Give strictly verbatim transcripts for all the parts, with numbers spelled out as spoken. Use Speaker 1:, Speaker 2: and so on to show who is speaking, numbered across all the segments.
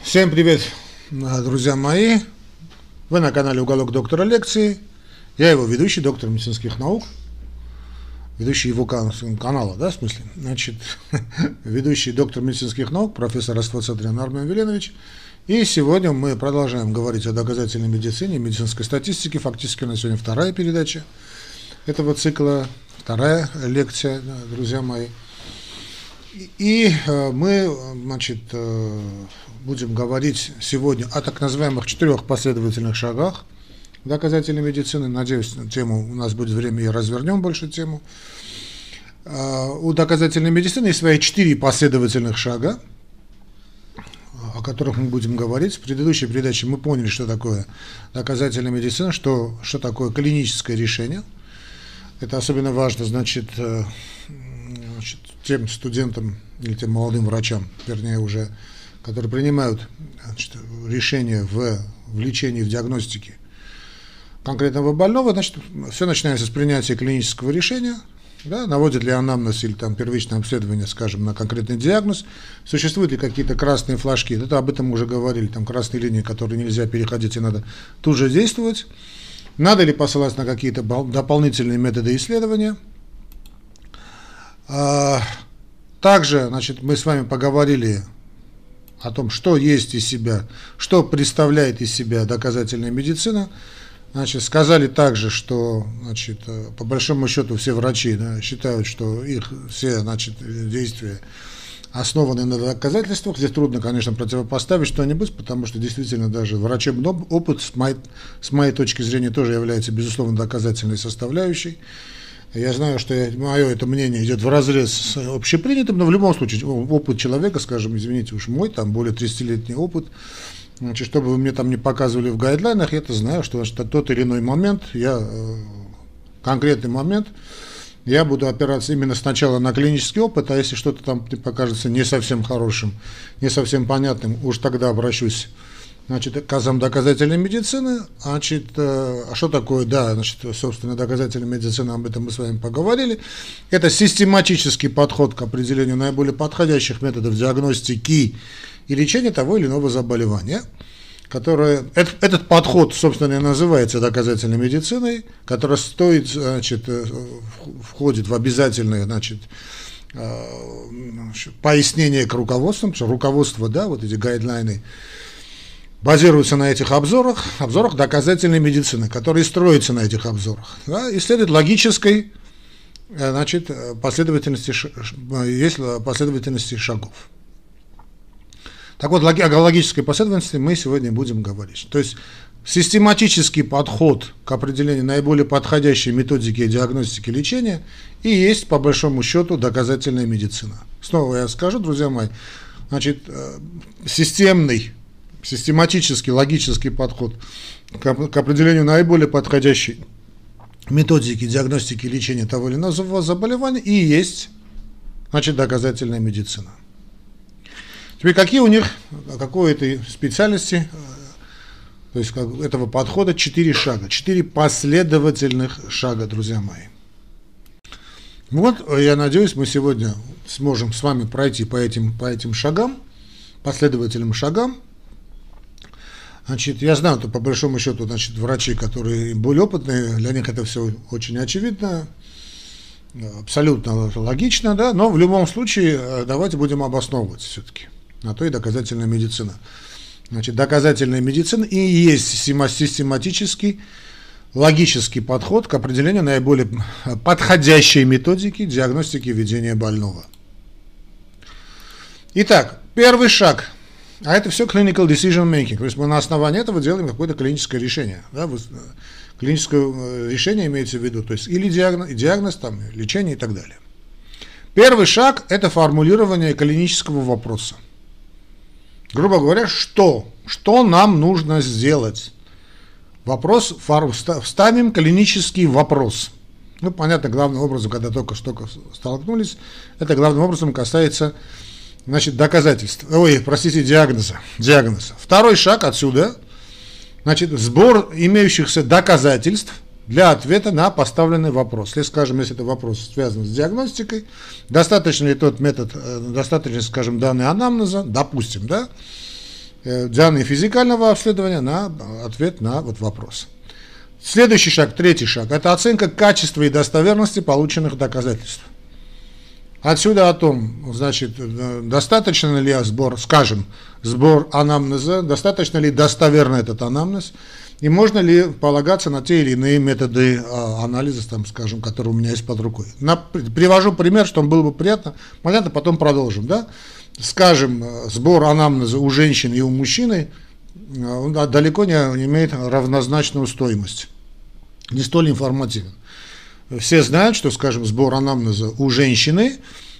Speaker 1: Всем привет, друзья мои! Вы на канале Уголок доктора лекции. Я его ведущий, доктор медицинских наук. Ведущий его канала, да, в смысле? Значит, ведущий доктор медицинских наук, профессор Расфоцатрян Армен Веленович. И сегодня мы продолжаем говорить о доказательной медицине, медицинской статистике. Фактически у нас сегодня вторая передача этого цикла, вторая лекция, друзья мои. И мы, значит, будем говорить сегодня о так называемых четырех последовательных шагах доказательной медицины. Надеюсь, тему у нас будет время и развернем больше тему. У доказательной медицины есть свои четыре последовательных шага, о которых мы будем говорить. В предыдущей передаче мы поняли, что такое доказательная медицина, что, что такое клиническое решение. Это особенно важно, значит, значит, тем студентам или тем молодым врачам, вернее уже, которые принимают, значит, решения в, в лечении, в диагностике конкретного больного. Значит, все начинается с принятия клинического решения, да, наводит ли анамнез или там первичное обследование, скажем, на конкретный диагноз, существуют ли какие-то красные флажки, это об этом мы уже говорили, там красные линии, которые нельзя переходить и надо тут же действовать, надо ли посылать на какие-то дополнительные методы исследования. Также, значит, мы с вами поговорили о том, что есть из себя, что представляет из себя доказательная медицина. Значит, сказали также, что, значит, по большому счету все врачи, да, считают, что их все, значит, действия основаны на доказательствах. Здесь трудно, конечно, противопоставить что-нибудь, потому что действительно даже врачебный опыт, с моей, с моей точки зрения, тоже является, безусловно, доказательной составляющей. Я знаю, что я, мое это мнение идет вразрез с общепринятым, но в любом случае опыт человека, скажем, извините уж мой, там более тридцатилетний опыт, значит, чтобы вы мне там не показывали в гайдлайнах, я-то знаю, что, что тот или иной момент, я, конкретный момент, я буду опираться именно сначала на клинический опыт, а если что-то там покажется не совсем хорошим, не совсем понятным, уж тогда обращусь, значит, к азам доказательной медицины. Значит, а что такое, да, значит, собственно, доказательная медицина, об этом мы с вами поговорили. Это систематический подход к определению наиболее подходящих методов диагностики и лечения того или иного заболевания, которое, этот, этот подход, собственно, и называется доказательной медициной, которая стоит, значит, входит в обязательное, значит, пояснение к руководству, потому что руководство, да, вот эти гайдлайны, базируются на этих обзорах, обзорах доказательной медицины, которые строятся на этих обзорах, да, и следует логической, значит, последовательности, есть последовательности шагов. Так вот, о логической последовательности мы сегодня будем говорить. То есть систематический подход к определению наиболее подходящей методики диагностики и лечения и есть, по большому счету, доказательная медицина. Снова я скажу, друзья мои, значит, системный, систематический, логический подход к определению наиболее подходящей методики диагностики и лечения того или иного заболевания и есть, значит, доказательная медицина. Теперь какие у них, какой этой специальности, то есть этого подхода, четыре шага, четыре последовательных шага, друзья мои. Вот, я надеюсь, мы сегодня сможем с вами пройти по этим, по этим шагам, последовательным шагам. Значит, я знаю, что по большому счету, значит, врачи, которые более опытные, для них это все очень очевидно, абсолютно логично, да, но в любом случае давайте будем обосновывать все-таки. На то и доказательная медицина. Значит, доказательная медицина и есть систематический, логический подход к определению наиболее подходящей методики диагностики ведения больного. Итак, первый шаг. А это все clinical decision making. То есть мы на основании этого делаем какое-то клиническое решение. Да? Клиническое решение имеется в виду, то есть или диагноз, диагноз там, лечение и так далее. Первый шаг – это формулирование клинического вопроса. Грубо говоря, что? Что нам нужно сделать? Вопрос, вставим клинический вопрос. Ну, понятно, главным образом, когда только что столкнулись, это главным образом касается, значит, доказательств. Ой, простите, диагноза. диагноза. Второй шаг отсюда, значит, сбор имеющихся доказательств для ответа на поставленный вопрос. Если, скажем, если это вопрос связан с диагностикой, достаточно ли тот метод, достаточно, скажем, данные анамнеза, допустим, да, данные физикального обследования на ответ на вот вопрос. Следующий шаг, третий шаг, это оценка качества и достоверности полученных доказательств. Отсюда о том, значит, достаточно ли сбор, скажем, сбор анамнеза, достаточно ли достоверно этот анамнез, и можно ли полагаться на те или иные методы анализа, там, скажем, которые у меня есть под рукой. На, привожу пример, чтобы было бы приятно, понятно, потом продолжим, да? Скажем, сбор анамнеза у женщины и у мужчины он далеко не имеет равнозначную стоимость, не столь информативен. Все знают, что, скажем, сбор анамнеза у женщины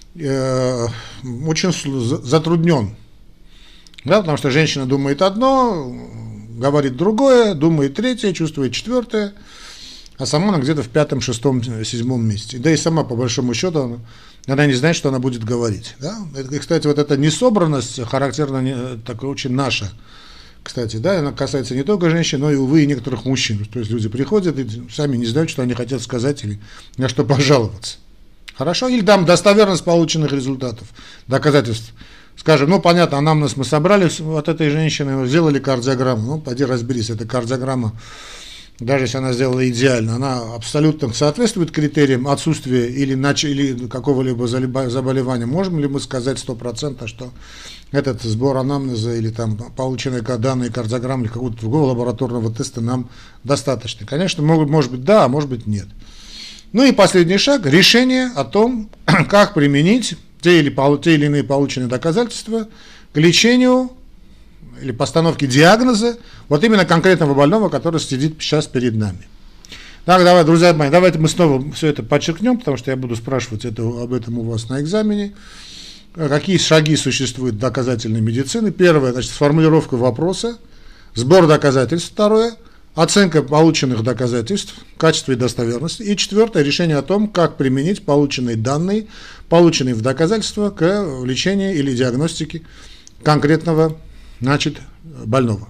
Speaker 1: э, очень затруднен, да, потому что женщина думает одно, говорит другое, думает третье, чувствует четвертое, а сама она где-то в пятом, шестом, седьмом месте. Да и сама, по большому счету, она, она не знает, что она будет говорить. Да? И, кстати, вот эта несобранность характерна, такая очень наша. Кстати, да, она касается не только женщин, но и, увы, и некоторых мужчин. То есть люди приходят и сами не знают, что они хотят сказать или на что пожаловаться. Хорошо? Или там достоверность полученных результатов, доказательств. Скажем, ну, понятно, анамнез мы собрали от этой женщины, сделали кардиограмму. Ну, пойди разберись, эта кардиограмма, даже если она сделала идеально, она абсолютно соответствует критериям отсутствия или, или какого-либо заболевания. Можем ли мы сказать сто процентов, что этот сбор анамнеза или там полученные данные кардиограммы или какого-то другого лабораторного теста нам достаточно? Конечно, могут, может быть да, а может быть нет. Ну и последний шаг – решение о том, как применить те или, те или иные полученные доказательства к лечению или постановке диагноза вот именно конкретного больного, который сидит сейчас перед нами. Так, давай, друзья мои, давайте мы снова все это подчеркнем, потому что я буду спрашивать это, об этом у вас на экзамене. Какие шаги существуют в доказательной медицине? Первое, значит, формулировка вопроса, сбор доказательств. Второе, оценка полученных доказательств, качество и достоверность. И четвертое, решение о том, как применить полученные данные, полученные в доказательства к лечению или диагностике конкретного, значит, больного.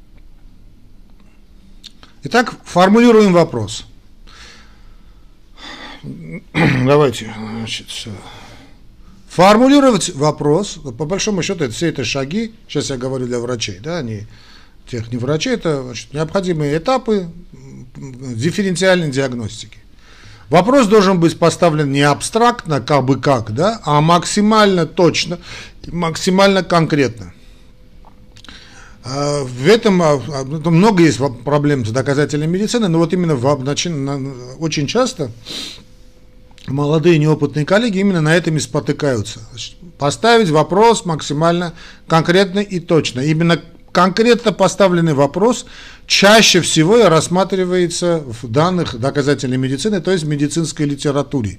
Speaker 1: Итак, формулируем вопрос. Давайте, значит, формулировать вопрос, по большому счету, это все это шаги, сейчас я говорю для врачей, да, не тех не врачей, это, значит, необходимые этапы дифференциальной диагностики. Вопрос должен быть поставлен не абстрактно, как бы как, да, а максимально точно, максимально конкретно. В этом много есть проблем с доказательной медициной, но вот именно в, очень часто молодые неопытные коллеги именно на этом и спотыкаются. Поставить вопрос максимально конкретно и точно. Именно конкретно поставленный вопрос чаще всего и рассматривается в данных доказательной медицины, то есть в медицинской литературе.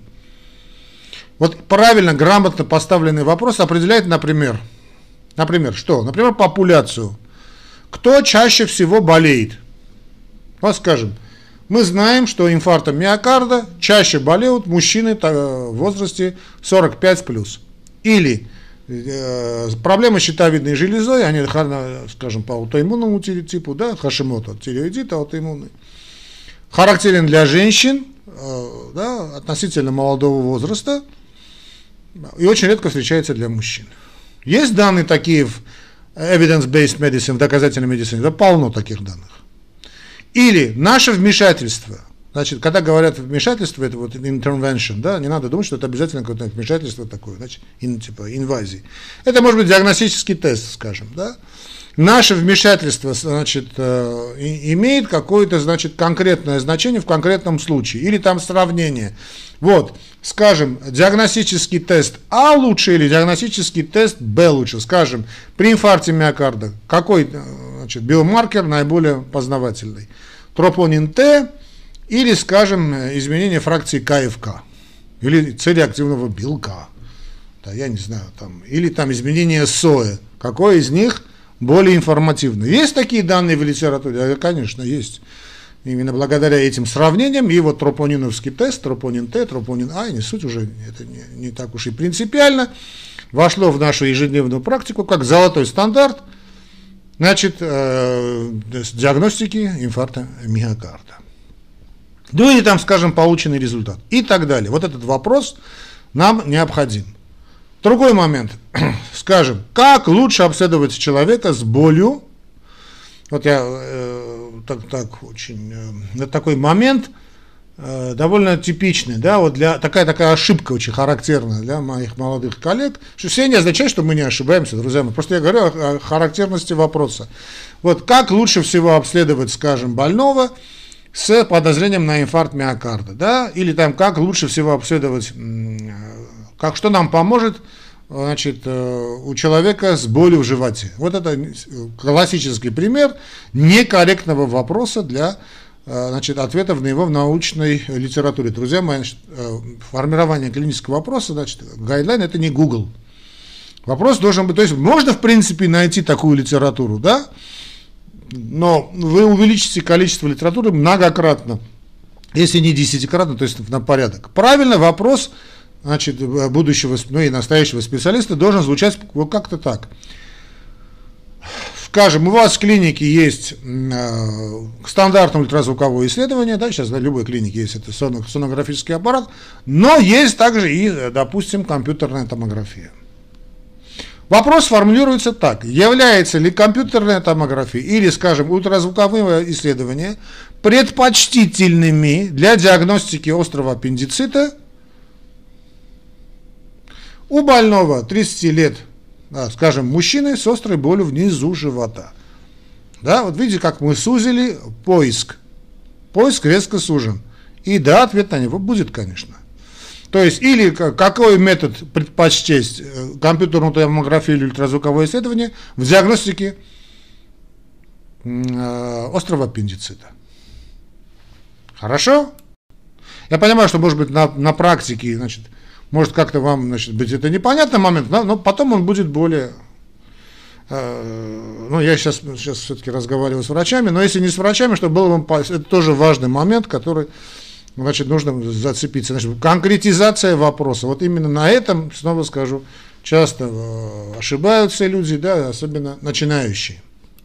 Speaker 1: Вот правильно, грамотно поставленный вопрос определяет, например, например, что? Например, популяцию. Кто чаще всего болеет? Вот скажем, мы знаем, что инфарктом миокарда чаще болеют мужчины в возрасте сорок пять плюс. Или э, проблемы с щитовидной железой, они, скажем, по аутоиммунному типу, да, Хашимото, тиреоидит аутоиммунный, характерен для женщин, э, да, относительно молодого возраста и очень редко встречается для мужчин. Есть данные такие в evidence-based medicine, в доказательной медицине, да, полно таких данных. Или наше вмешательство. Значит, когда говорят вмешательство, это вот intervention, да, не надо думать, что это обязательно какое-то вмешательство такое, значит, ин, типа инвазии. Это может быть диагностический тест, скажем, да. Наше вмешательство, значит, э, имеет какое-то, значит, конкретное значение в конкретном случае. Или там сравнение. Вот, скажем, диагностический тест А лучше или диагностический тест Б лучше. Скажем, при инфаркте миокарда какой, значит, биомаркер наиболее познавательный? Тропонин Т или, скажем, изменение фракции Ка Эф Ка. Или С-реактивного белка. Да, я не знаю, там. Или там изменение СОЭ. Какой из них более информативный? Есть такие данные в литературе? Конечно, есть. Именно благодаря этим сравнениям, и вот тропониновский тест, тропонин Т, тропонин А, не суть уже, это не, не так уж и принципиально, вошло в нашу ежедневную практику как золотой стандарт, значит, э, диагностики инфаркта миокарда. Ну или там, скажем, полученный результат и так далее. Вот этот вопрос нам необходим. Другой момент. Скажем, как лучше обследовать человека с болью? Вот я э, так, так очень, э, это такой момент э, довольно типичный, да, вот для такая такая ошибка очень характерная для моих молодых коллег, что все не означает, что мы не ошибаемся, друзья мои. Просто я говорю о, о характерности вопроса. Вот как лучше всего обследовать, скажем, больного с подозрением на инфаркт миокарда, да, или там как лучше всего обследовать, как что нам поможет, значит, у человека с болью в животе. Вот это классический пример некорректного вопроса для, значит, ответов на его в научной литературе. Друзья мои, значит, формирование клинического вопроса, значит, гайдлайн — это не Google. Вопрос должен быть, то есть можно в принципе найти такую литературу, да, но вы увеличите количество литературы многократно, если не десятикратно, то есть на порядок. Правильно, вопрос, значит, будущего, ну и настоящего специалиста должен звучать вот как-то так. Скажем, у вас в клинике есть э, стандартное ультразвуковое исследование, да, сейчас в любой клинике есть это сонографический аппарат, но есть также и, допустим, компьютерная томография. Вопрос формулируется так: является ли компьютерная томография или, скажем, ультразвуковые исследования предпочтительными для диагностики острого аппендицита у больного тридцати лет, да, скажем, мужчины с острой болью внизу живота? Да, вот видите, как мы сузили поиск. Поиск резко сужен. И да, ответ на него будет, конечно. То есть, или какой метод предпочесть, компьютерную томографию или ультразвуковое исследование в диагностике острого аппендицита. Хорошо? Я понимаю, что, может быть, на, на практике, значит, может как-то вам, значит, быть это непонятный момент, но, но потом он будет более... Э, ну, я сейчас, сейчас все-таки разговариваю с врачами, но если не с врачами, чтобы было вам... Это тоже важный момент, который... Значит, нужно зацепиться. Значит, конкретизация вопроса. Вот именно на этом, снова скажу, часто ошибаются люди, да, особенно начинающие.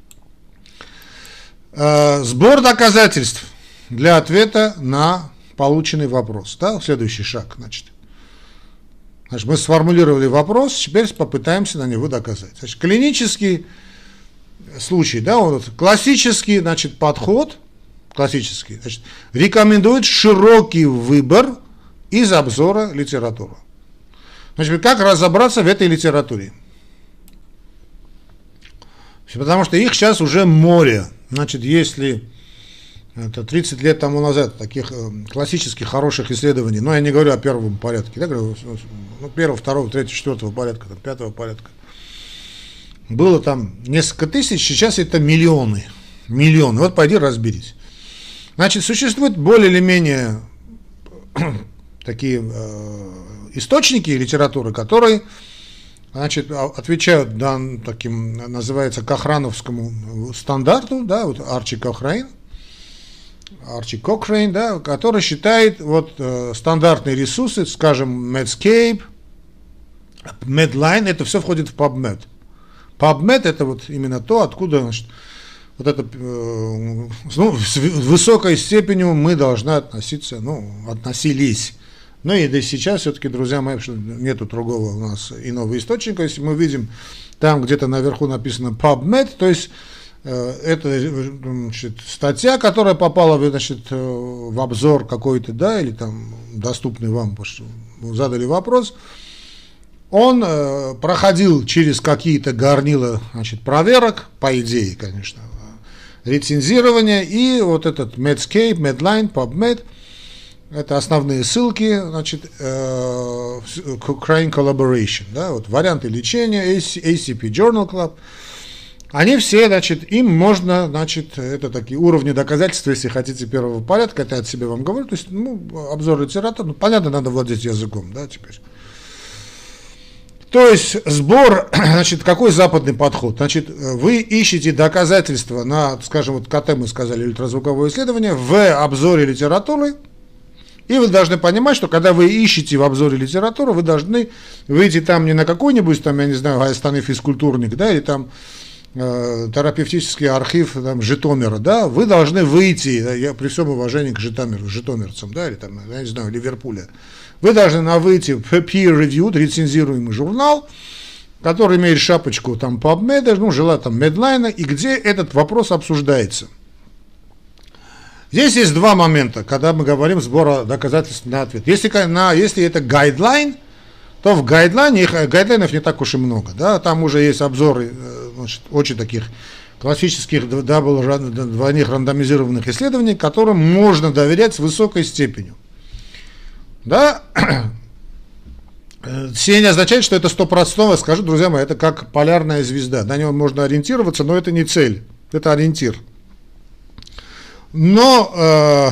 Speaker 1: Сбор доказательств для ответа на полученный вопрос. Да, следующий шаг. Значит. Значит, мы сформулировали вопрос, теперь попытаемся на него доказать. Значит, клинический случай, да, вот, классический, значит, подход. Классический, значит, рекомендует широкий выбор из обзора литературы. Значит, как разобраться в этой литературе? Потому что их сейчас уже море. Значит, если это тридцать лет тому назад таких классических хороших исследований, но я не говорю о первом порядке, да, говорю, ну, первого, второго, третьего, четвертого порядка, там, пятого порядка, было там несколько тысяч, сейчас это миллионы. Миллионы. Вот пойди разберись. Значит, существуют более или менее такие э, источники литературы, которые, значит, отвечают, да, таким, называется, кохрановскому стандарту, да, вот Арчи Кохрейн, Арчи Кохрейн, да, который считает вот э, стандартные ресурсы, скажем, Medscape, Medline, это все входит в PubMed. PubMed — это вот именно то, откуда, значит, вот это, ну, с высокой степенью мы должны относиться, ну, относились. Ну и да, сейчас все-таки, друзья мои, нету другого у нас иного источника. Если мы видим, там где-то наверху написано PubMed, то есть э, это, значит, статья, которая попала, значит, в обзор какой-то, да, или там доступный вам, потому что задали вопрос, он э, проходил через какие-то горнила, значит, проверок, по идее, конечно, рецензирование, и вот этот Medscape, Medline, PubMed, это основные ссылки, значит, э, Cochrane Collaboration, да, вот варианты лечения, эй си пи Journal Club, они все, значит, им можно, значит, это такие уровни доказательства, если хотите, первого порядка, это я от себя вам говорю, то есть, ну, обзор литературы, ну, понятно, надо владеть языком, да, теперь. То есть сбор, значит, какой западный подход? Значит, вы ищете доказательства на, скажем, вот КТ мы сказали, ультразвуковое исследование, в обзоре литературы, и вы должны понимать, что когда вы ищете в обзоре литературы, вы должны выйти там не на какой-нибудь, там, я не знаю, Астаны физкультурник, да, или там э, терапевтический архив там, Житомира, да, вы должны выйти, я при всем уважении к Житомиру, житомирцам, да, или там, я не знаю, Ливерпуля, вы должны на выйти в peer-reviewed, рецензируемый журнал, который имеет шапочку там PubMed, ну, желательно там Medline, и где этот вопрос обсуждается. Здесь есть два момента, когда мы говорим сбора доказательств на ответ. Если, на, если это гайдлайн, то в гайдлайне, их, гайдлайнов не так уж и много. Да? Там уже есть обзоры, значит, очень таких классических двойных рандомизированных исследований, которым можно доверять с высокой степенью. Да? Все не означает, что это стопроцентно, скажу, друзья мои, это как полярная звезда. На него можно ориентироваться, но это не цель, это ориентир. Но э,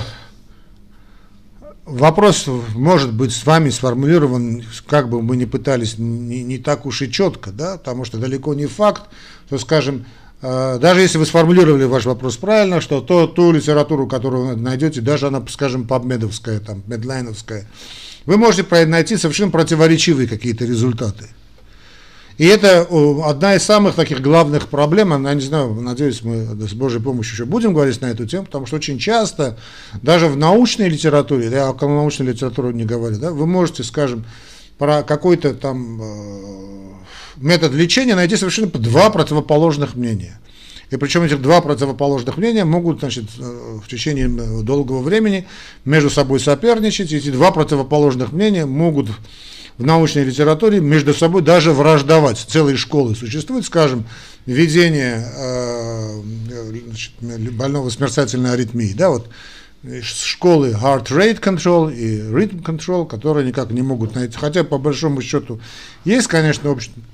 Speaker 1: вопрос может быть с вами сформулирован, как бы мы ни пытались, не, не так уж и четко, да, потому что далеко не факт, то, скажем, э, даже если вы сформулировали ваш вопрос правильно, что то, ту литературу, которую вы найдете, даже она, скажем, пабмедовская, там, медлайновская, вы можете найти совершенно противоречивые какие-то результаты. И это одна из самых таких главных проблем, я не знаю, надеюсь, мы с Божьей помощью еще будем говорить на эту тему, потому что очень часто, даже в научной литературе, я о научной литературе не говорю, да, вы можете, скажем, про какой-то там метод лечения найти совершенно два противоположных мнения. И причем этих два противоположных мнения могут, значит, в течение долгого времени между собой соперничать, и эти два противоположных мнения могут в научной литературе между собой даже враждовать. Целые школы существуют, скажем, введение э, значит, больного с мерцательной аритмией, да, вот школы heart rate control и rhythm control, которые никак не могут найти, хотя по большому счету есть, конечно,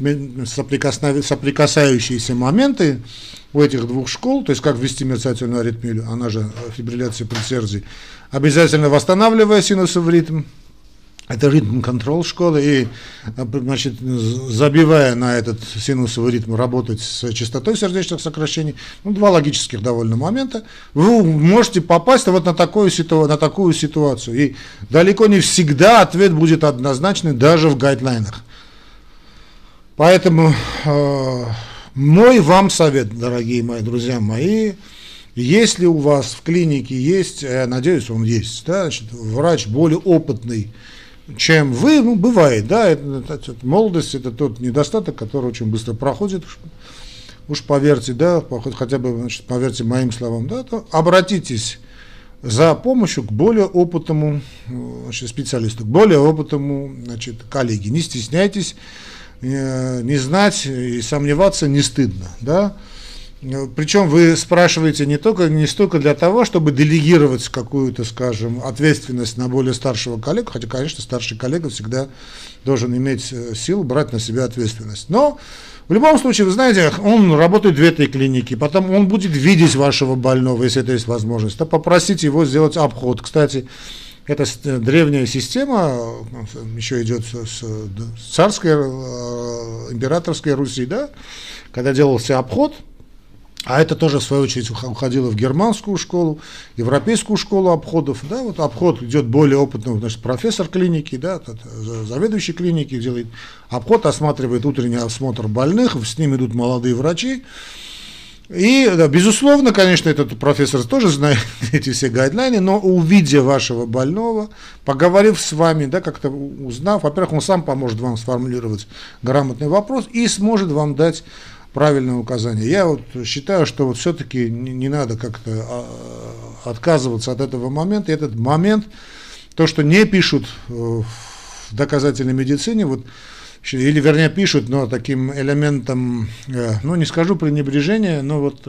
Speaker 1: соприкасающиеся моменты у этих двух школ, то есть как ввести мерцательную аритмию, она же фибрилляция предсердий, обязательно восстанавливая синусовый ритм. Это ритм-контрол школы, и, значит, забивая на этот синусовый ритм, работать с частотой сердечных сокращений, ну, два логических довольно момента, вы можете попасть вот на такую, ситу, на такую ситуацию. И далеко не всегда ответ будет однозначный даже в гайдлайнах. Поэтому э, мой вам совет, дорогие мои друзья мои, если у вас в клинике есть, я надеюсь, он есть, да, значит, врач более опытный, чем вы, ну, бывает, да, это, это, молодость, это тот недостаток, который очень быстро проходит, уж, уж поверьте, да, хотя бы, значит, поверьте моим словам, да, то обратитесь за помощью к более опытному, значит, специалисту, к более опытному, значит, коллеге, не стесняйтесь, не, не знать и сомневаться не стыдно, да. Причем вы спрашиваете не только, не столько для того, чтобы делегировать какую-то, скажем, ответственность на более старшего коллегу, хотя, конечно, старший коллега всегда должен иметь силу брать на себя ответственность. Но в любом случае, вы знаете, он работает в этой клинике, потом он будет видеть вашего больного, если это есть возможность, то попросите его сделать обход. Кстати, это древняя система, еще идет с царской, императорской Руси, да, когда делался обход. А это тоже, в свою очередь, уходило в германскую школу, европейскую школу обходов. Да, вот обход идет более опытный, значит, профессор клиники, да, заведующий клиники делает обход, осматривает утренний осмотр больных, с ним идут молодые врачи. И, да, безусловно, конечно, этот профессор тоже знает эти все гайдлайны, но увидя вашего больного, поговорив с вами, да, как-то узнав, во-первых, он сам поможет вам сформулировать грамотный вопрос и сможет вам дать правильное указание. Я вот считаю, что вот все-таки не, не надо как-то отказываться от этого момента. И этот момент, то, что не пишут в доказательной медицине, вот, или вернее пишут, но таким элементом, ну не скажу пренебрежения, но вот,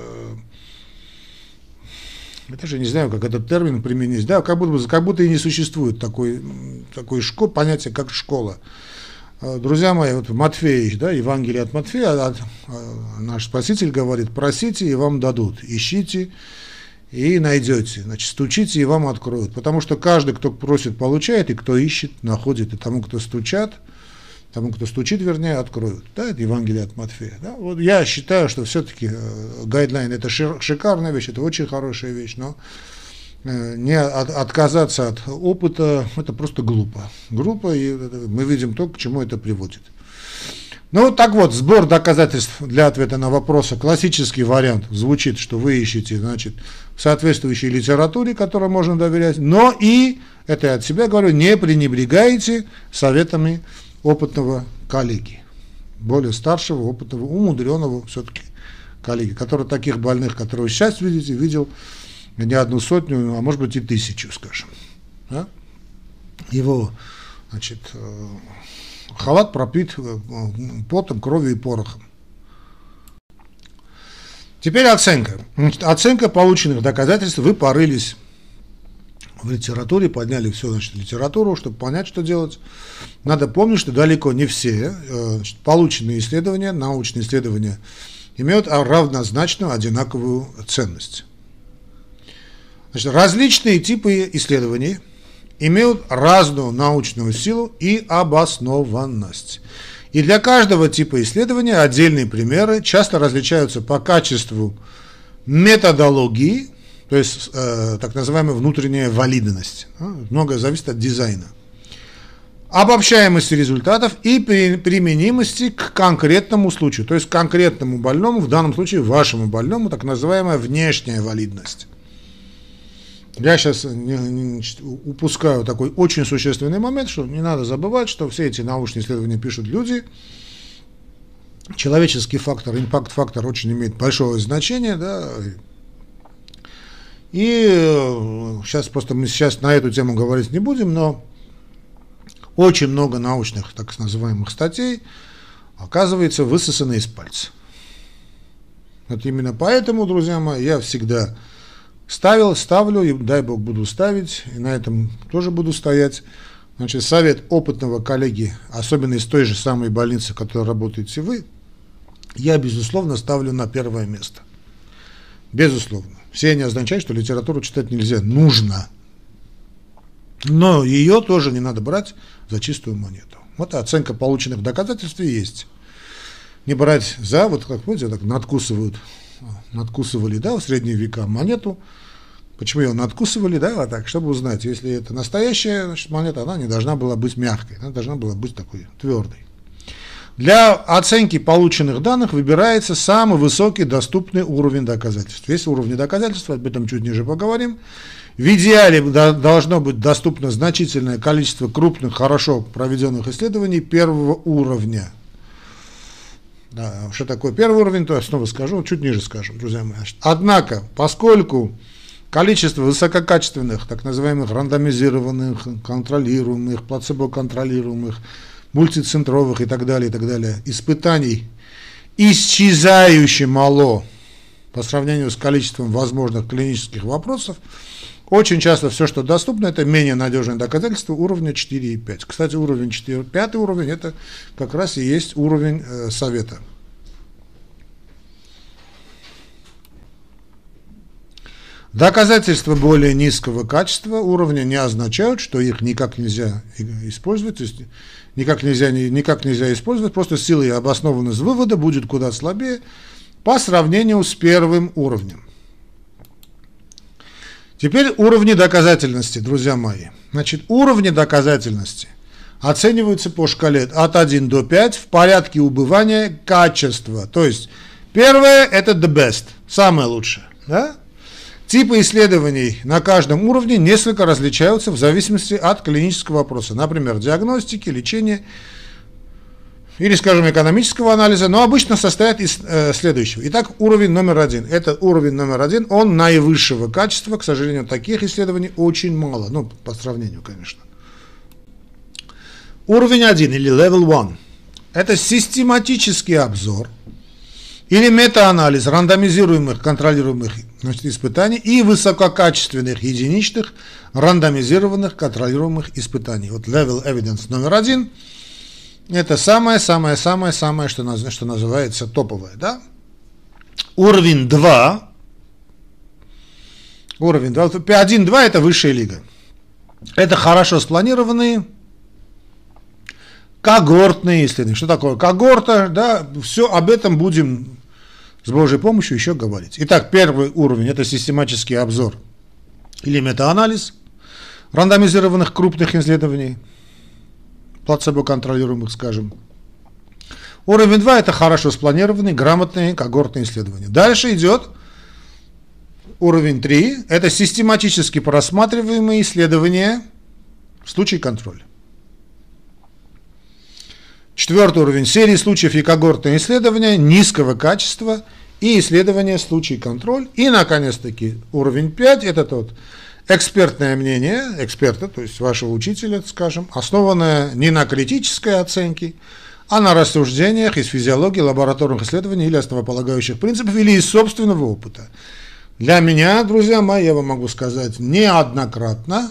Speaker 1: я даже не знаю, как этот термин применить, да, как будто, как будто и не существует такой, такой школ, понятие, как школа. Друзья мои, вот Матфея, да, Евангелие от Матфея, а, а, наш Спаситель говорит: просите, и вам дадут, ищите, и найдете, значит, стучите, и вам откроют, потому что каждый, кто просит, получает, и кто ищет, находит, и тому, кто стучат, тому, кто стучит, вернее, откроют, да, это Евангелие от Матфея, да. Вот я считаю, что все-таки гайдлайн — это шикарная вещь, это очень хорошая вещь, но не от, отказаться от опыта — это просто глупо. Глупо, и мы видим то, к чему это приводит. Ну, так вот, сбор доказательств для ответа на вопросы, классический вариант звучит, что вы ищете, значит, в соответствующей литературе, которой можно доверять, но и, это я от себя говорю, не пренебрегаете советами опытного коллеги, более старшего, опытного, умудренного все-таки коллеги, который таких больных, которые вы сейчас видите, видел не одну сотню, а может быть и тысячу, скажем. Да? Его, значит, халат пропит потом, кровью и порохом. Теперь оценка. Значит, оценка полученных доказательств. Вы порылись в литературе, подняли всю, значит, литературу, чтобы понять, что делать. Надо помнить, что далеко не все, значит, полученные исследования, научные исследования имеют равнозначную, одинаковую ценность. Значит, различные типы исследований имеют разную научную силу и обоснованность. И для каждого типа исследования отдельные примеры часто различаются по качеству методологии, то есть э, так называемая внутренняя валидность. Многое зависит от дизайна. Обобщаемости результатов и применимости к конкретному случаю, то есть к конкретному больному, в данном случае вашему больному, так называемая внешняя валидность. Я сейчас не, не, упускаю такой очень существенный момент, что не надо забывать, что все эти научные исследования пишут люди. Человеческий фактор, импакт-фактор очень имеет большое значение, да. И сейчас просто мы сейчас на эту тему говорить не будем, но очень много научных, так называемых, статей оказывается высосаны из пальца. Вот именно поэтому, друзья мои, я всегда ставил, ставлю, и дай Бог буду ставить, и на этом тоже буду стоять. Значит, совет опытного коллеги, особенно из той же самой больницы, в которой работаете вы, я, безусловно, ставлю на первое место. Безусловно. Все не означает, что литературу читать нельзя. Нужно. Но ее тоже не надо брать за чистую монету. Вот оценка полученных доказательств есть. Не брать за, вот как помните, так надкусывают, надкусывали, да, в средние века монету. Почему ее надкусывали, да, вот так, чтобы узнать, если это настоящая, значит, монета, она не должна была быть мягкой, она должна была быть такой твердой. Для оценки полученных данных выбирается самый высокий доступный уровень доказательств. Есть уровни доказательств, об этом чуть ниже поговорим. В идеале должно быть доступно значительное количество крупных, хорошо проведенных исследований первого уровня. Да, что такое первый уровень, то я снова скажу, чуть ниже скажем, друзья мои. Однако, поскольку количество высококачественных, так называемых рандомизированных, контролируемых, плацебо-контролируемых, мультицентровых и так далее, и так далее, испытаний исчезающе мало по сравнению с количеством возможных клинических вопросов, очень часто все, что доступно, это менее надежное доказательство уровня четыре и пять. Кстати, уровень четыре, пятый уровень, это как раз и есть уровень э, совета. Доказательства более низкого качества уровня не означают, что их никак нельзя использовать, то есть никак нельзя, никак нельзя использовать, просто сила и обоснованность вывода будет куда слабее по сравнению с первым уровнем. Теперь уровни доказательности, друзья мои. Значит, уровни доказательности оцениваются по шкале от одного до пяти в порядке убывания качества. То есть, первое – это the best, самое лучшее. Да? Типы исследований на каждом уровне несколько различаются в зависимости от клинического вопроса. Например, диагностики, лечения или, скажем, экономического анализа, но обычно состоят из э, следующего. Итак, уровень номер один. Это уровень номер один, он наивысшего качества. К сожалению, таких исследований очень мало. Ну, по сравнению, конечно. Уровень один или level one. Это систематический обзор или метаанализ рандомизируемых, контролируемых, значит, испытаний и высококачественных единичных рандомизированных, контролируемых испытаний. Вот level evidence номер один. Это самое-самое-самое-самое, что, что называется топовое. Да? Уровень два. Уровень два. один два это высшая лига. Это хорошо спланированные когортные исследования. Что такое когорта? Да? Все об этом будем с Божьей помощью еще говорить. Итак, первый уровень – это систематический обзор или метаанализ рандомизированных крупных исследований, плацебо-контролируемых, скажем. Уровень два – это хорошо спланированные, грамотные когортные исследования. Дальше идет уровень три – это систематически просматриваемые исследования в случае контроля. Четвертый уровень – серии случаев и когортные исследования низкого качества и исследования в случае контроль. И, наконец-таки, уровень пять – это тот экспертное мнение эксперта, то есть вашего учителя, скажем, основанное не на критической оценке, а на рассуждениях из физиологии, лабораторных исследований или основополагающих принципов, или из собственного опыта. Для меня, друзья мои, я вам могу сказать неоднократно,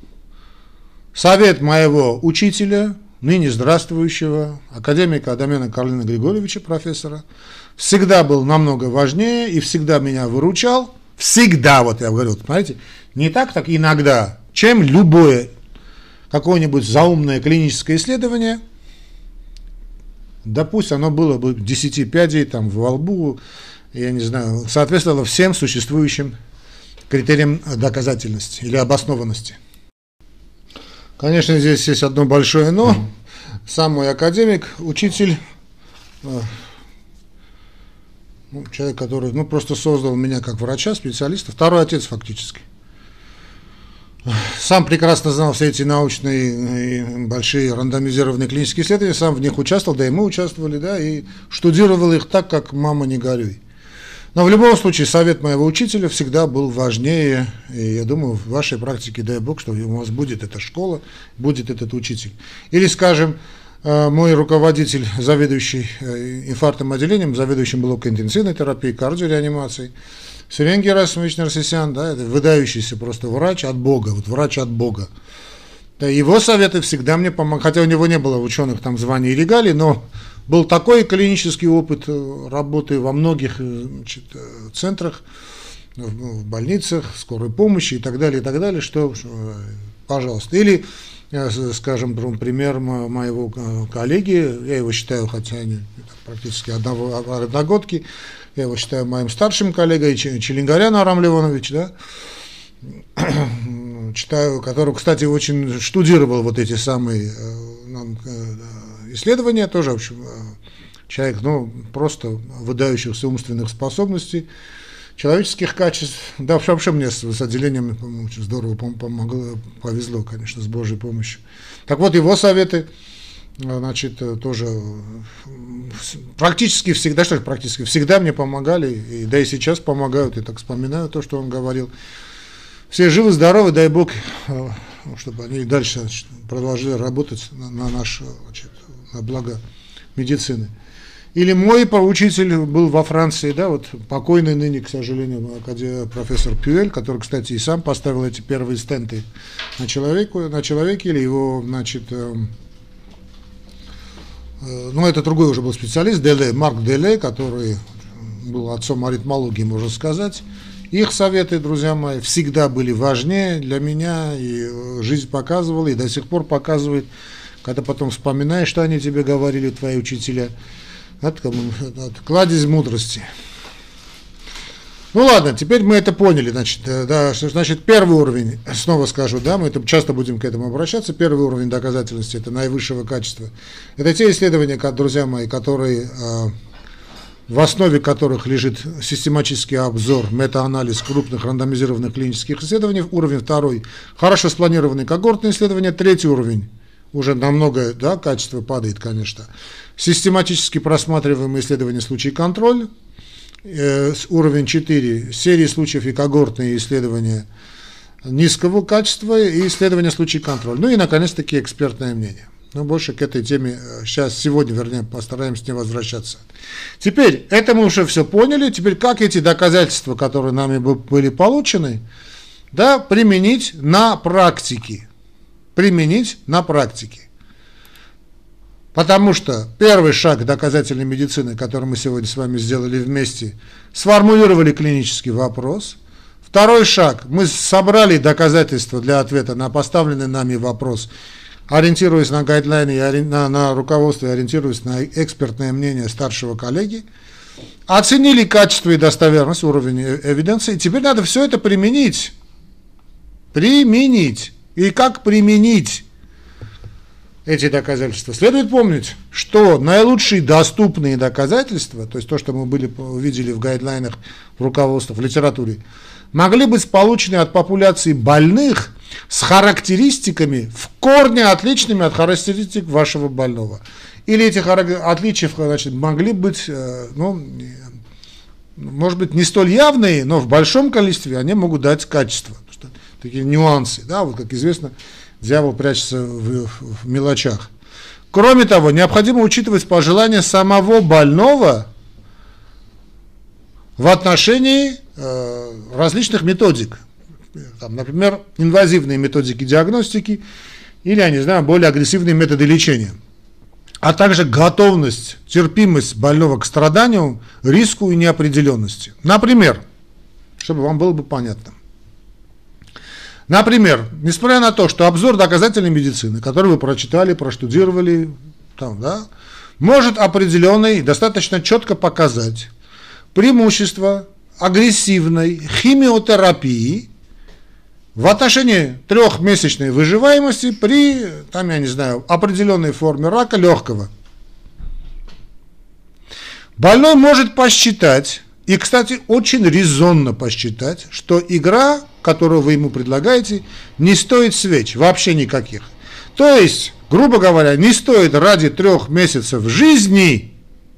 Speaker 1: совет моего учителя, ныне здравствующего, академика Адамяна Карлина Григорьевича, профессора, всегда был намного важнее и всегда меня выручал, всегда, вот я говорю, вот, смотрите, не так, так иногда, чем любое какое-нибудь заумное клиническое исследование, да пусть оно было бы десяти пядей там во лбу, я не знаю, соответствовало всем существующим критериям доказательности или обоснованности. Конечно, здесь есть одно большое «но». Сам мой академик, учитель, ну, человек, который ну, просто создал меня как врача, специалиста, второй отец фактически. Сам прекрасно знал все эти научные большие рандомизированные клинические исследования, сам в них участвовал, да и мы участвовали, да, и штудировал их так, как мама не горюй. Но в любом случае совет моего учителя всегда был важнее, и я думаю, в вашей практике, дай Бог, что у вас будет эта школа, будет этот учитель. Или, скажем, мой руководитель, заведующий инфарктным отделением, заведующим блоком интенсивной терапии, кардиореанимации, Сирен Герасимович Нарсисян, да, это выдающийся просто врач от Бога, вот врач от Бога. Да, его советы всегда мне помогали, хотя у него не было ученых там званий и регалий, но был такой клинический опыт работы во многих, значит, центрах, в больницах, скорой помощи и так далее, и так далее, что, пожалуйста. Или, скажем, пример моего коллеги, я его считаю, хотя они практически одногодки, я его считаю моим старшим коллегой, Челенгарян Арам Левонович, да, читаю, который, кстати, очень штудировал вот эти самые исследования, тоже, в общем, человек, ну, просто выдающихся умственных способностей, человеческих качеств, да, вообще мне с, с отделением очень здорово помогло, повезло, конечно, с Божьей помощью. Так вот, его советы, значит, тоже практически всегда, что практически всегда мне помогали, и, да и сейчас помогают, я так вспоминаю то, что он говорил. Все живы, здоровы, дай Бог, чтобы они дальше, значит, продолжили работать на, на наш, значит, на благо медицины. Или мой учитель был во Франции, да, вот покойный ныне, к сожалению, профессор Пюэль, который, кстати, и сам поставил эти первые стенты на человеку, на человеке, или его, значит, э, э, ну, это другой уже был специалист, Деле, Марк Деле, который был отцом аритмологии, можно сказать. Их советы, друзья мои, всегда были важнее для меня, и жизнь показывала, и до сих пор показывает, когда потом вспоминаешь, что они тебе говорили, твои учителя. Это, это кладезь мудрости. Ну ладно, теперь мы это поняли. Значит, да, значит, первый уровень, снова скажу, да, мы это, часто будем к этому обращаться. Первый уровень доказательности, это наивысшего качества. Это те исследования, друзья мои, которые, в основе которых лежит систематический обзор, метаанализ крупных рандомизированных клинических исследований. Уровень второй, хорошо спланированные когортные исследования. Третий уровень, уже намного, да, качество падает, конечно. Систематически просматриваемые исследования случаев контроль. Э, уровень четыре. Серии случаев и когортные исследования низкого качества и исследования случаев контроль. Ну и, наконец-таки, экспертное мнение. Но больше к этой теме сейчас, сегодня, вернее, постараемся не возвращаться. Теперь, это мы уже все поняли. Теперь, как эти доказательства, которые нами были получены, да, применить на практике. Применить на практике. Потому что первый шаг доказательной медицины, который мы сегодня с вами сделали вместе, сформулировали клинический вопрос. Второй шаг, мы собрали доказательства для ответа на поставленный нами вопрос, ориентируясь на гайдлайны, на, на руководство и ориентируясь на экспертное мнение старшего коллеги. Оценили качество и достоверность, уровень эвиденции. Теперь надо все это применить. Применить. И как применить? эти доказательства, следует помнить, что наилучшие доступные доказательства, то есть то, что мы были, увидели в гайдлайнах, в руководствах, в литературе, могли быть получены от популяции больных с характеристиками в корне отличными от характеристик вашего больного. Или эти отличия, значит, могли быть, ну, может быть, не столь явные, но в большом количестве они могут дать качество. Такие нюансы, да, вот как известно, дьявол прячется в, в мелочах. Кроме того, необходимо учитывать пожелания самого больного в отношении э, различных методик. Там, например, инвазивные методики диагностики или, я не знаю, более агрессивные методы лечения. А также готовность, терпимость больного к страданию, риску и неопределенности. Например, чтобы вам было бы понятно. Например, несмотря на то, что обзор доказательной медицины, который вы прочитали, проштудировали, там, да, может определенный, достаточно четко показать преимущество агрессивной химиотерапии в отношении трехмесячной выживаемости при, там, я не знаю, определенной форме рака легкого. Больной может посчитать, и, кстати, очень резонно посчитать, что игра, которую вы ему предлагаете, не стоит свеч, вообще никаких. То есть, грубо говоря, не стоит ради трех месяцев жизни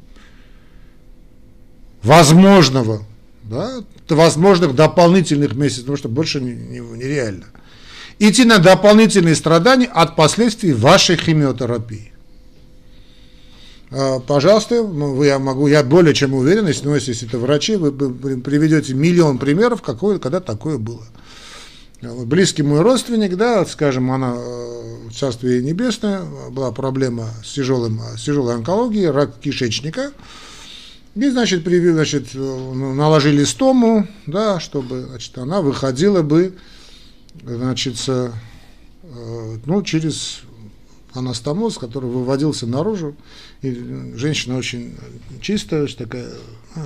Speaker 1: возможного, да, возможных дополнительных месяцев, потому что больше нереально, идти на дополнительные страдания от последствий вашей химиотерапии. Пожалуйста, вы, я могу, я более чем уверен, если, ну, если это врачи, вы приведете миллион примеров, какое, когда такое было. Близкий мой родственник, да, скажем, она, царствие небесное, была проблема с, тяжелым, с тяжелой онкологией, рак кишечника, и, значит, привили, значит, наложили стому, да, чтобы, значит, она выходила бы, значит, ну, через анастомоз, который выводился наружу, и женщина очень чистая, очень такая, а,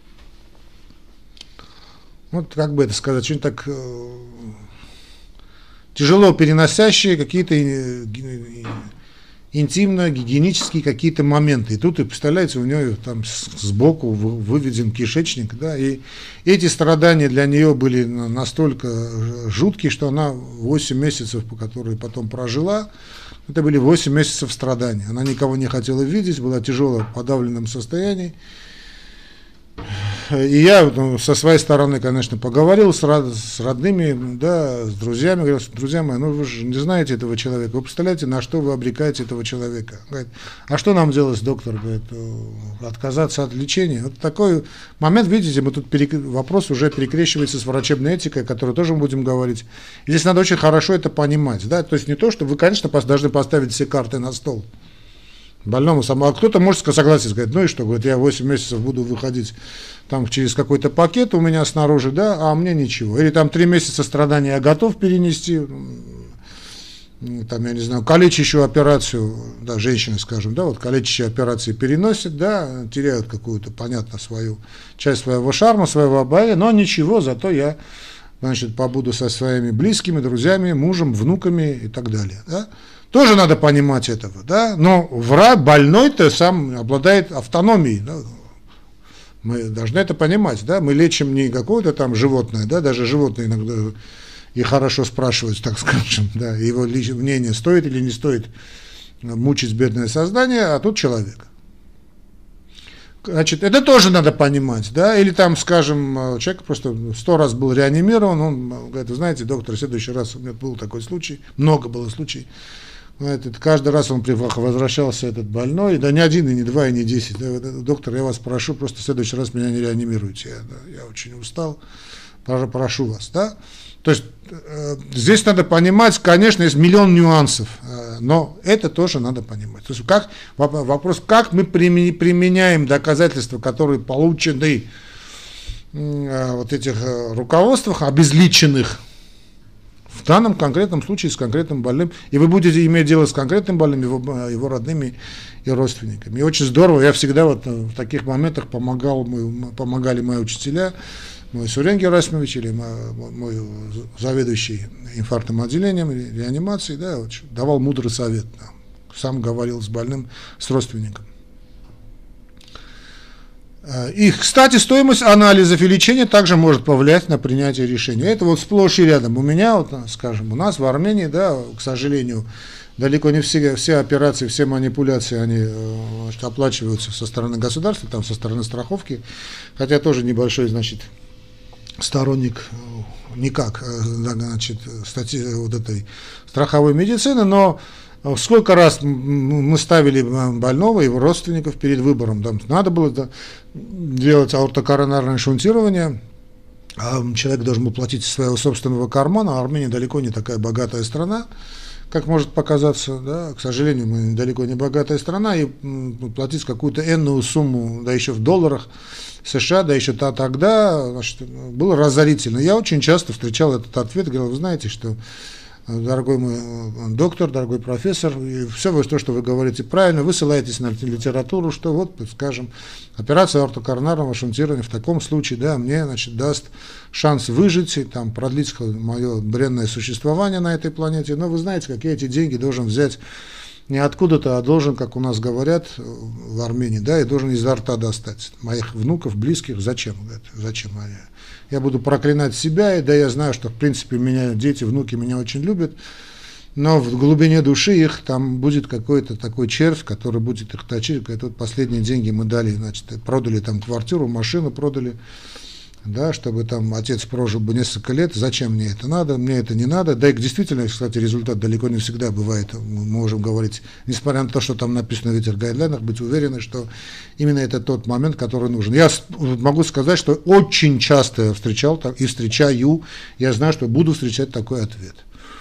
Speaker 1: вот как бы это сказать, очень так э, тяжело переносящие какие-то э, интимно-гигиенические какие-то моменты. И тут, и представляете, у нее там сбоку выведен кишечник, да, и эти страдания для нее были настолько жуткие, что она восемь месяцев, по которой потом прожила, это были восемь месяцев страданий. Она никого не хотела видеть, была в тяжелом подавленном состоянии. И я, ну, со своей стороны, конечно, поговорил с, род, с родными, да, с друзьями, говорил, друзья мои, ну вы же не знаете этого человека, вы представляете, на что вы обрекаете этого человека? Говорит, а что нам делать, доктор? Говорит, отказаться от лечения? Вот такой момент, видите, мы тут перек... вопрос уже перекрещивается с врачебной этикой, о которой тоже мы будем говорить. И здесь надо очень хорошо это понимать, да, то есть не то, что вы, конечно, должны поставить все карты на стол больному самому, а кто-то может согласиться, сказать, ну и что, говорит, я восемь месяцев буду выходить там через какой-то пакет у меня снаружи, да, а мне ничего. Или там три месяца страданий я готов перенести, там, я не знаю, калечащую операцию, да, женщины, скажем, да, вот калечащие операции переносят, да, теряют какую-то, понятно, свою часть своего шарма, своего обаяния, но ничего, зато я, значит, побуду со своими близкими, друзьями, мужем, внуками и так далее, да. Тоже надо понимать этого, да, но враг, больной-то сам обладает автономией, да? Мы должны это понимать, да, мы лечим не какое-то там животное, да, даже животное иногда и хорошо спрашивают, так скажем, да, его мнение стоит или не стоит мучить бедное создание, а тут человек. Значит, это тоже надо понимать, да, или там, скажем, человек просто сто раз был реанимирован, он говорит, вы знаете, доктор, в следующий раз у меня был такой случай, много было случаев, этот, каждый раз он возвращался, этот больной, да не один, и не два, и не десять, да, доктор, я вас прошу, просто в следующий раз меня не реанимируйте, я, да, я очень устал, прошу вас, да. То есть э, здесь надо понимать, конечно, есть миллион нюансов, э, но это тоже надо понимать. То есть как, вопрос, как мы применяем доказательства, которые получены э, вот этих э, руководствах, обезличенных, в данном конкретном случае с конкретным больным, и вы будете иметь дело с конкретным больным, его, его родными и родственниками. И очень здорово, я всегда вот в таких моментах помогал, помогали мои учителя, мой Сурен Герасимович или мой, мой заведующий инфарктным отделением реанимации, да, вот, давал мудрый совет. Да. сам говорил с больным, с родственником. И, кстати, стоимость анализов и лечения также может повлиять на принятие решения. Это вот сплошь и рядом. У меня, вот, скажем, у нас в Армении, да, к сожалению, далеко не все, все операции, все манипуляции, они значит, оплачиваются со стороны государства, там, со стороны страховки. Хотя тоже небольшой, значит, сторонник, никак, значит, статьи, вот этой страховой медицины, но сколько раз мы ставили больного и его родственников перед выбором. Там надо было делать аортокоронарное шунтирование, а человек должен был платить из своего собственного кармана. Армения далеко не такая богатая страна, как может показаться. Да? К сожалению, мы далеко не богатая страна, и платить какую-то энную сумму, да еще в долларах США, да еще тогда, значит, было разорительно. Я очень часто встречал этот ответ, говорил, вы знаете, что дорогой мой доктор, дорогой профессор, и все вы, то, что вы говорите правильно, вы ссылаетесь на литературу, что вот, скажем, операция аортокоронарного шунтирования в таком случае, да, мне, значит, даст шанс выжить и там продлить мое бренное существование на этой планете. Но вы знаете, как я эти деньги должен взять не откуда-то, а должен, как у нас говорят в Армении, да, и должен изо рта достать. Моих внуков, близких, зачем? Зачем они? Я буду проклинать себя, и да, я знаю, что, в принципе, меня дети, внуки меня очень любят, но в глубине души их там будет какой-то такой червь, который будет их точить. Это вот последние деньги мы дали, значит, продали там квартиру, машину продали, да, чтобы там отец прожил бы несколько лет, зачем мне это надо, мне это не надо, да и действительно, кстати, результат далеко не всегда бывает, мы можем говорить, несмотря на то, что там написано в этих гайдлайнах, быть уверены, что именно это тот момент, который нужен. Я могу сказать, что очень часто встречал и встречаю, я знаю, что буду встречать такой ответ.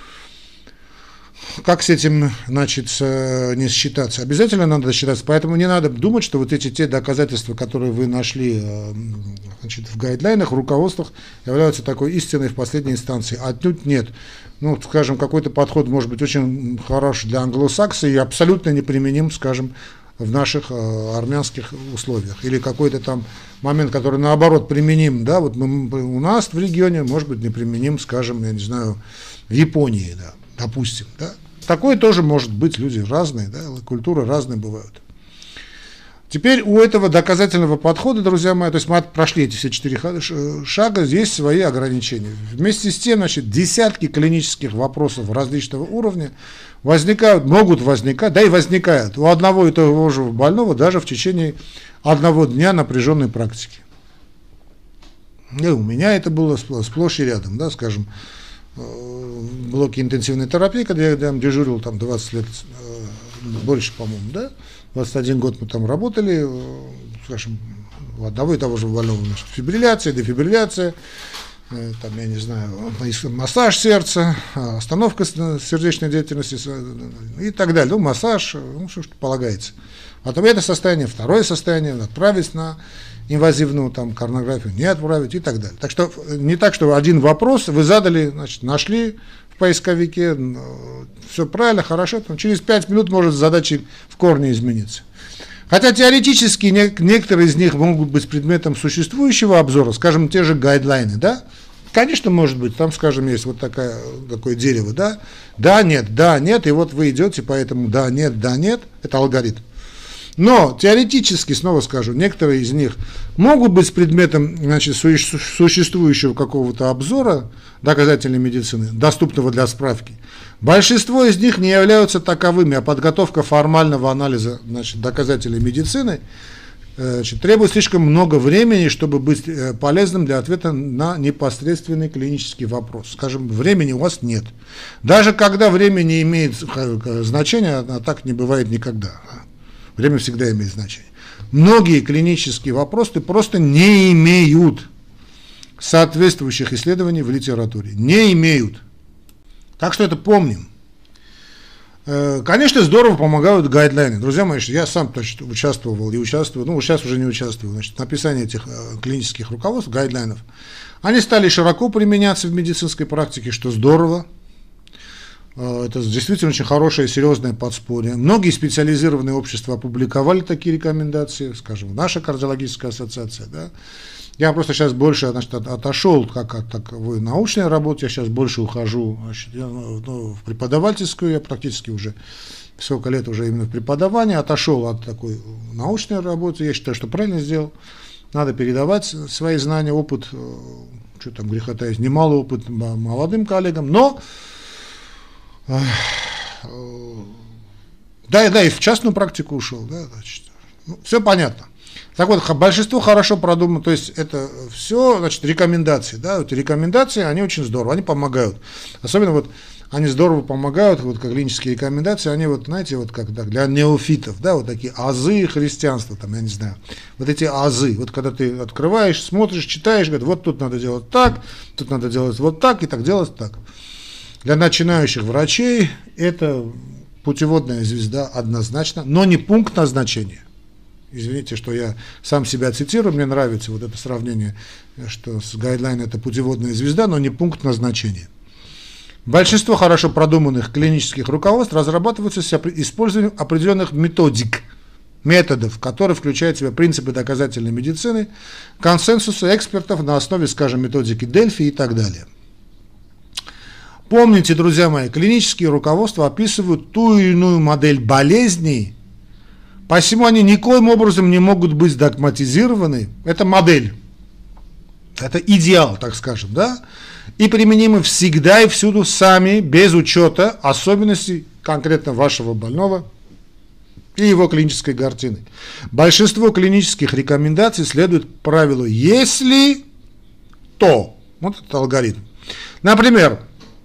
Speaker 1: Как с этим, значит, не считаться? Обязательно надо считаться, поэтому не надо думать, что вот эти те доказательства, которые вы нашли, значит, в гайдлайнах, в руководствах, являются такой истиной в последней инстанции. Отнюдь нет. Ну, скажем, какой-то подход может быть очень хорош для англосакса и абсолютно неприменим, скажем, в наших армянских условиях. Или какой-то там момент, который наоборот применим, да, вот мы, у нас в регионе, может быть, неприменим, скажем, я не знаю, в Японии, да. Допустим, да. Такое тоже может быть, люди разные, да, культуры разные бывают. Теперь у этого доказательного подхода, друзья мои, то есть мы прошли эти все четыре шага, есть свои ограничения. Вместе с тем, значит, десятки клинических вопросов различного уровня возникают, могут возникать, да и возникают у одного и того же больного даже в течение одного дня напряженной практики. И у меня это было сплошь и рядом, да, скажем, в блоке интенсивной терапии, когда я там дежурил там двадцать лет, больше, по-моему, да, двадцать один год мы там работали, скажем, у одного и того же больного, значит, фибрилляция, дефибрилляция, там, я не знаю, массаж сердца, остановка сердечной деятельности и так далее, ну, массаж, ну, что, что полагается. Потом это состояние, второе состояние, отправить на инвазивную там коронарографию, не отправить и так далее. Так что не так, что один вопрос вы задали, значит, нашли в поисковике, все правильно, хорошо, там, через пять минут может задача в корне измениться. Хотя теоретически не, некоторые из них могут быть предметом существующего обзора, скажем, те же гайдлайны, да? Конечно, может быть, там, скажем, есть вот такая, такое дерево, да? Да, нет, да, нет, и вот вы идете, поэтому да, нет, да, нет, это алгоритм. Но теоретически, снова скажу, некоторые из них могут быть предметом, значит, существующего какого-то обзора доказательной медицины, доступного для справки. Большинство из них не являются таковыми, а подготовка формального анализа, значит, доказательной медицины, значит, требует слишком много времени, чтобы быть полезным для ответа на непосредственный клинический вопрос. Скажем, времени у вас нет. Даже когда время не имеет значения, а так не бывает никогда. Время всегда имеет значение. Многие клинические вопросы просто не имеют соответствующих исследований в литературе. Не имеют. Так что это помним. Конечно, здорово помогают гайдлайны. Друзья мои, я сам точно участвовал и участвую, ну, сейчас уже не участвую, значит, в написании этих клинических руководств, гайдлайнов. Они стали широко применяться в медицинской практике, что здорово. Это действительно очень хорошее, серьезное подспорье. Многие специализированные общества опубликовали такие рекомендации, скажем, наша кардиологическая ассоциация. Да. Я просто сейчас больше, значит, отошел как от таковой научной работы, я сейчас больше ухожу, значит, я, ну, в преподавательскую, я практически уже сколько лет уже именно в преподавании, отошел от такой научной работы, я считаю, что правильно сделал. Надо передавать свои знания, опыт, что там греха таить, немалый опыт молодым коллегам, но да, да, и в частную практику ушел, да, значит, ну, все понятно. Так вот, большинство хорошо продумано, то есть это все, значит, рекомендации, да, вот рекомендации, они очень здорово, они помогают, особенно вот они здорово помогают, вот как клинические рекомендации, они вот, знаете, вот как так, для неофитов, да, вот такие азы христианства, там, я не знаю, вот эти азы, вот когда ты открываешь, смотришь, читаешь, говорят, вот тут надо делать так, тут надо делать вот так, и так делать так. Для начинающих врачей это путеводная звезда однозначно, но не пункт назначения. Извините, что я сам себя цитирую, мне нравится вот это сравнение, что с гайдлайн это путеводная звезда, но не пункт назначения. Большинство хорошо продуманных клинических руководств разрабатываются с использованием определенных методик, методов, которые включают в себя принципы доказательной медицины, консенсуса экспертов на основе, скажем, методики Дельфи и так далее. Помните, друзья мои, клинические руководства описывают ту или иную модель болезней, посему они никоим образом не могут быть догматизированы. Это модель, это идеал, так скажем, да? И применимы всегда и всюду сами, без учета особенностей конкретно вашего больного и его клинической картины. Большинство клинических рекомендаций следует правилу «если то». Вот этот алгоритм. Например,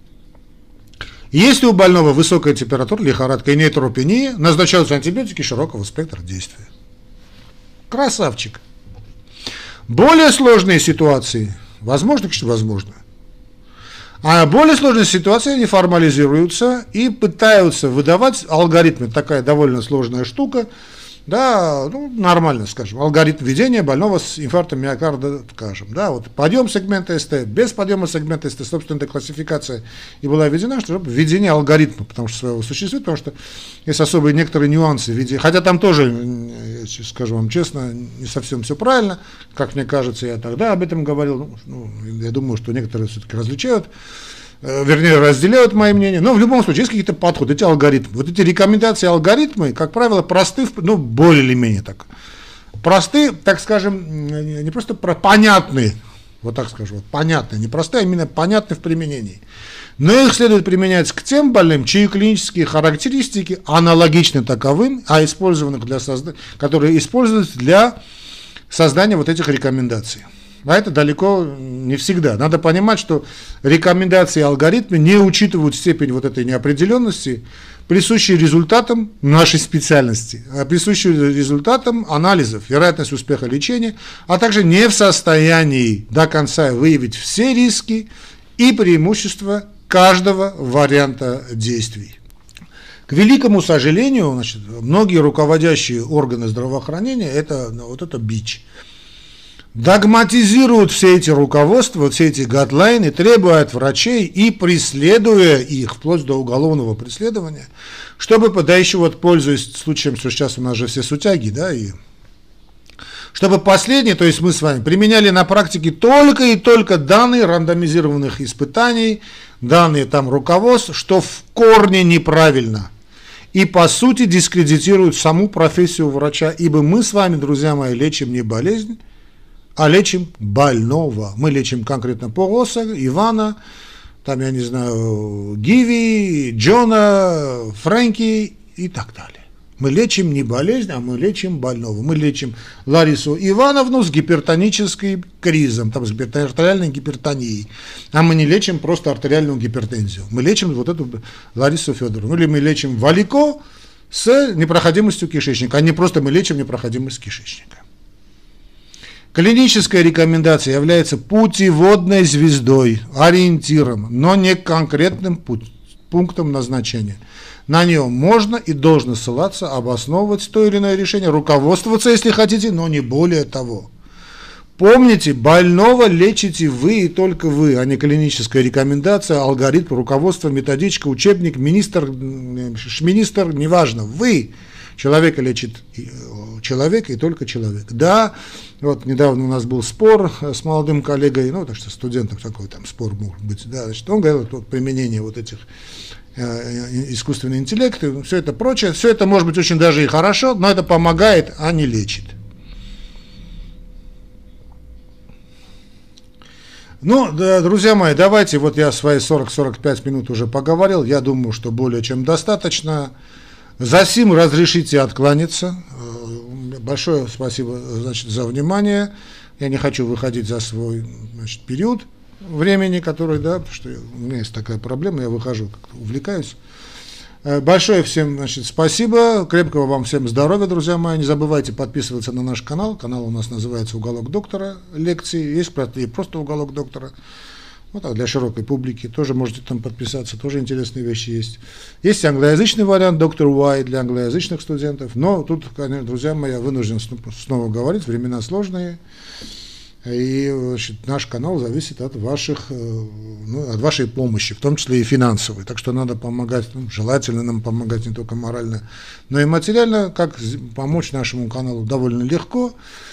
Speaker 1: если у больного высокая температура, лихорадка и нейтропения, назначаются антибиотики широкого спектра действия. Красавчик. Более сложные ситуации, возможно, что возможно. А более сложные ситуации они формализируются и пытаются выдавать алгоритмы. Такая довольно сложная штука, да, ну, нормально, скажем, алгоритм ведения больного с инфарктом миокарда, скажем, да, вот подъем сегмента СТ, без подъема сегмента СТ, собственно, эта классификация и была введена, чтобы введение алгоритма, потому что своего существует, потому что есть особые некоторые нюансы введения, хотя там тоже, скажу вам честно, не совсем все правильно, как мне кажется, я тогда об этом говорил, ну, я думаю, что некоторые все-таки различают, вернее, разделяют мои мнения, но в любом случае есть какие-то подходы, эти алгоритмы. Вот эти рекомендации, алгоритмы, как правило, просты, ну, более или менее так. Просты, так скажем, не просто про, понятны, вот так скажу, вот, понятны, не простые, а именно понятны в применении. Но их следует применять к тем больным, чьи клинические характеристики аналогичны таковым, а использованных для созда... которые используются для создания вот этих рекомендаций. А это далеко не всегда. Надо понимать, что рекомендации и алгоритмы не учитывают степень вот этой неопределенности, присущей результатам нашей специальности, а присущей результатам анализов, вероятность успеха лечения, а также не в состоянии до конца выявить все риски и преимущества каждого варианта действий. К великому сожалению, значит, многие руководящие органы здравоохранения это, вот это бич. Догматизируют все эти руководства, все эти гайдлайны, требуя от врачей и преследуя их, вплоть до уголовного преследования, чтобы, да еще вот пользуясь случаем, что сейчас у нас же все сутяги, да, и чтобы последние, то есть мы с вами, применяли на практике только и только данные рандомизированных испытаний, данные там руководств, что в корне неправильно. И по сути дискредитируют саму профессию врача, ибо мы с вами, друзья мои, лечим не болезнь, а лечим больного. Мы лечим конкретно Пороса, Ивана, там, я не знаю, Гиви, Джона, Фрэнки и так далее. Мы лечим не болезнь, а мы лечим больного. Мы лечим Ларису Ивановну с гипертоническим кризом, там, с артериальной гипертонией. А мы не лечим просто артериальную гипертензию. Мы лечим вот эту Ларису Федоровну. Или мы лечим Валико с непроходимостью кишечника, а не просто мы лечим непроходимость кишечника. Клиническая рекомендация является путеводной звездой, ориентиром, но не конкретным пунктом назначения. На нее можно и должно ссылаться, обосновывать то или иное решение, руководствоваться, если хотите, но не более того. Помните, больного лечите вы и только вы, а не клиническая рекомендация, алгоритм, руководство, методичка, учебник, министр, шминистр, неважно, вы. Человека лечит человек и только человек. Да, вот недавно у нас был спор с молодым коллегой, ну, так что студентом такой там спор может быть, да, значит, он говорил, вот применение вот этих искусственный интеллект, и все это прочее. Все это может быть очень даже и хорошо, но это помогает, а не лечит. Ну, да, друзья мои, давайте, вот я свои сорок-сорок пять минут уже поговорил, я думаю, что более чем достаточно. За сим разрешите откланяться. Большое спасибо, значит, за внимание. Я не хочу выходить за свой, значит, период времени, который, да, потому что у меня есть такая проблема, я выхожу, как-то увлекаюсь. Большое всем, значит, спасибо, крепкого вам всем здоровья, друзья мои, не забывайте подписываться на наш канал, канал у нас называется «Уголок доктора», лекции, есть и просто «Уголок доктора», вот так, для широкой публики, тоже можете там подписаться, тоже интересные вещи есть. Есть англоязычный вариант, доктор Уай, для англоязычных студентов, но тут, конечно, друзья мои, я вынужден снова говорить, времена сложные. И, значит, наш канал зависит от ваших, ну, от вашей помощи, в том числе и финансовой. Так что надо помогать, ну, желательно нам помогать не только морально, но и материально. Как помочь нашему каналу довольно легко.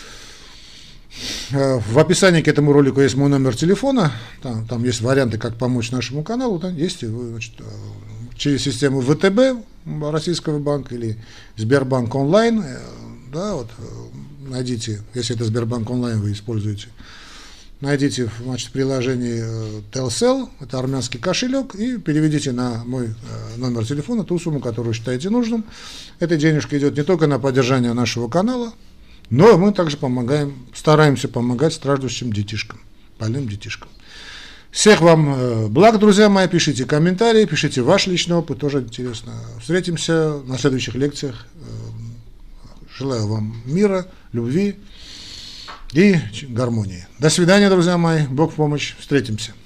Speaker 1: В описании к этому ролику есть мой номер телефона. Там, там есть варианты, как помочь нашему каналу. Там есть, значит, через систему вэ тэ бэ Российского банка или Сбербанк онлайн. Да, вот. Найдите, если это Сбербанк онлайн вы используете, найдите, значит, в приложении Telcel, это армянский кошелек, и переведите на мой номер телефона ту сумму, которую считаете нужным. Эта денежка идет не только на поддержание нашего канала, но мы также помогаем, стараемся помогать страждущим детишкам, больным детишкам. Всех вам благ, друзья мои, пишите комментарии, пишите ваш личный опыт, тоже интересно. Встретимся на следующих лекциях. Желаю вам мира, любви и гармонии. До свидания, друзья мои. Бог в помощь. Встретимся.